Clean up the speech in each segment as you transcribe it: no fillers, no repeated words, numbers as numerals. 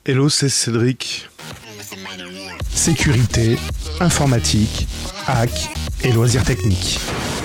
Hello, c'est Cédric. Sécurité, informatique, hack et loisirs techniques.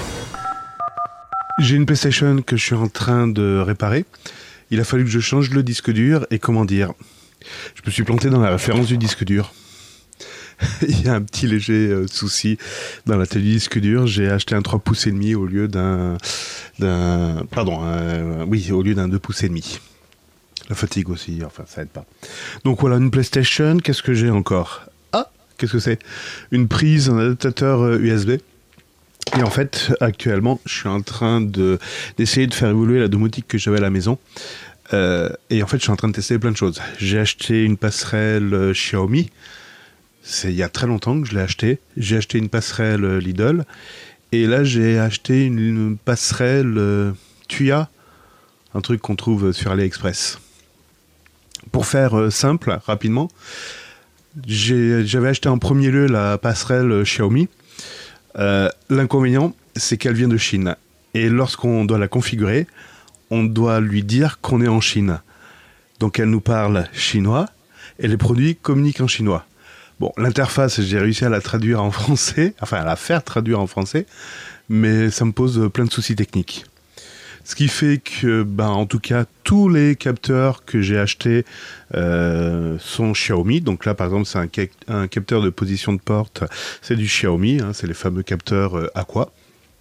J'ai une PlayStation que je suis en train de réparer. Il a fallu que je change le disque dur et comment dire, je me suis planté dans la référence du disque dur. Il y a un petit léger souci dans la tête du disque dur. J'ai acheté un 3 pouces et demi au lieu d'un 2 pouces et demi. La fatigue aussi, enfin ça aide pas. Donc voilà, une PlayStation, qu'est-ce que j'ai encore ? Ah, qu'est-ce que c'est ? Une prise, un adaptateur USB. Et en fait, actuellement, je suis en train d'essayer de faire évoluer la domotique que j'avais à la maison. Et en fait, je suis en train de tester plein de choses. J'ai acheté une passerelle Xiaomi. C'est il y a très longtemps que je l'ai acheté. J'ai acheté une passerelle Lidl. Et là, j'ai acheté une passerelle Tuya. Un truc qu'on trouve sur AliExpress. Pour faire simple, rapidement, j'avais acheté en premier lieu la passerelle Xiaomi. L'inconvénient, c'est qu'elle vient de Chine. Et lorsqu'on doit la configurer, on doit lui dire qu'on est en Chine. Donc elle nous parle chinois et les produits communiquent en chinois. Bon, l'interface, j'ai réussi à la traduire en français, enfin à la faire traduire en français, mais ça me pose plein de soucis techniques. Ce qui fait que, en tout cas, tous les capteurs que j'ai achetés sont Xiaomi. Donc là, par exemple, c'est un capteur de position de porte. C'est du Xiaomi, c'est les fameux capteurs Aqua.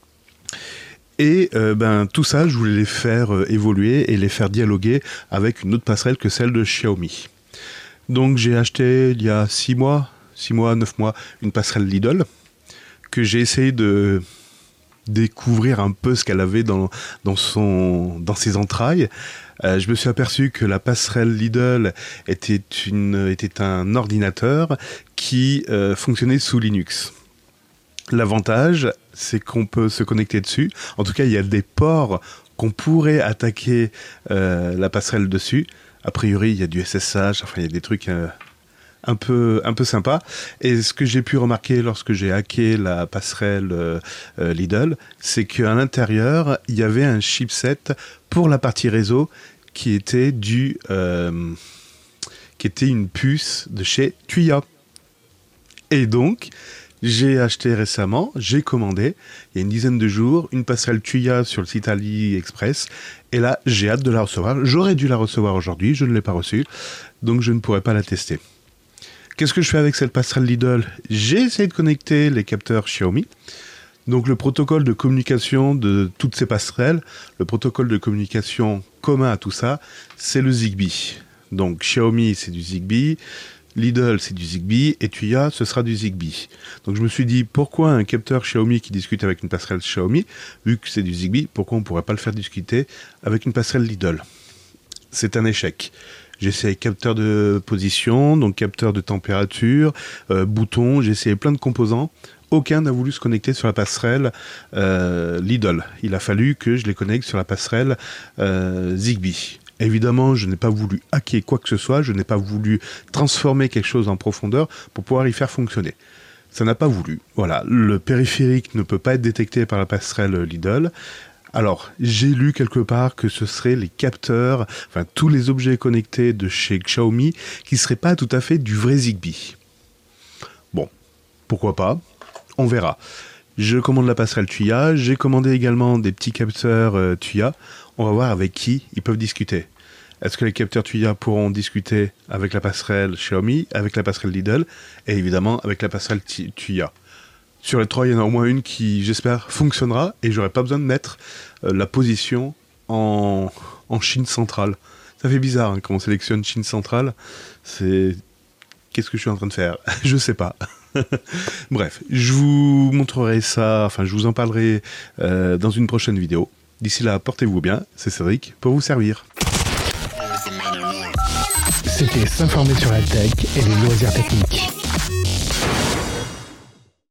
Et tout ça, je voulais les faire évoluer et les faire dialoguer avec une autre passerelle que celle de Xiaomi. Donc j'ai acheté il y a 9 mois, une passerelle Lidl que j'ai essayé de découvrir un peu ce qu'elle avait dans ses entrailles. Je me suis aperçu que la passerelle Lidl était un ordinateur qui fonctionnait sous Linux. L'avantage, c'est qu'on peut se connecter dessus. En tout cas, il y a des ports qu'on pourrait attaquer la passerelle dessus. A priori, il y a du SSH, enfin il y a des trucs un peu sympa. Et ce que j'ai pu remarquer lorsque j'ai hacké la passerelle Lidl, c'est qu'à l'intérieur, il y avait un chipset pour la partie réseau qui était une puce de chez Tuya. Et donc, j'ai acheté récemment, j'ai commandé, il y a une dizaine de jours, une passerelle Tuya sur le site AliExpress. Et là, j'ai hâte de la recevoir. J'aurais dû la recevoir aujourd'hui, je ne l'ai pas reçue, donc je ne pourrais pas la tester. Qu'est-ce que je fais avec cette passerelle Lidl ? J'ai essayé de connecter les capteurs Xiaomi. Donc le protocole de communication de toutes ces passerelles, le protocole de communication commun à tout ça, c'est le Zigbee. Donc Xiaomi, c'est du Zigbee, Lidl, c'est du Zigbee, et Tuya, ce sera du Zigbee. Donc je me suis dit, pourquoi un capteur Xiaomi qui discute avec une passerelle Xiaomi, vu que c'est du Zigbee, pourquoi on ne pourrait pas le faire discuter avec une passerelle Lidl ? C'est un échec. J'ai essayé capteur de position, donc capteur de température, bouton, j'ai essayé plein de composants. Aucun n'a voulu se connecter sur la passerelle Lidl. Il a fallu que je les connecte sur la passerelle Zigbee. Évidemment, je n'ai pas voulu hacker quoi que ce soit, je n'ai pas voulu transformer quelque chose en profondeur pour pouvoir y faire fonctionner. Ça n'a pas voulu. Voilà, le périphérique ne peut pas être détecté par la passerelle Lidl. Alors, j'ai lu quelque part que ce seraient les capteurs, enfin tous les objets connectés de chez Xiaomi qui ne seraient pas tout à fait du vrai Zigbee. Bon, pourquoi pas ? On verra. Je commande la passerelle Tuya, j'ai commandé également des petits capteurs Tuya. On va voir avec qui ils peuvent discuter. Est-ce que les capteurs Tuya pourront discuter avec la passerelle Xiaomi, avec la passerelle Lidl et évidemment avec la passerelle Tuya ? Sur les 3, il y en a au moins une qui, j'espère, fonctionnera et j'aurai pas besoin de mettre la position en Chine centrale. Ça fait bizarre quand on sélectionne Chine centrale. Qu'est-ce que je suis en train de faire ? Je sais pas. Bref, je vous montrerai ça, enfin je vous en parlerai dans une prochaine vidéo. D'ici là, portez-vous bien, c'est Cédric pour vous servir. C'était s'informer sur la tech et les loisirs techniques.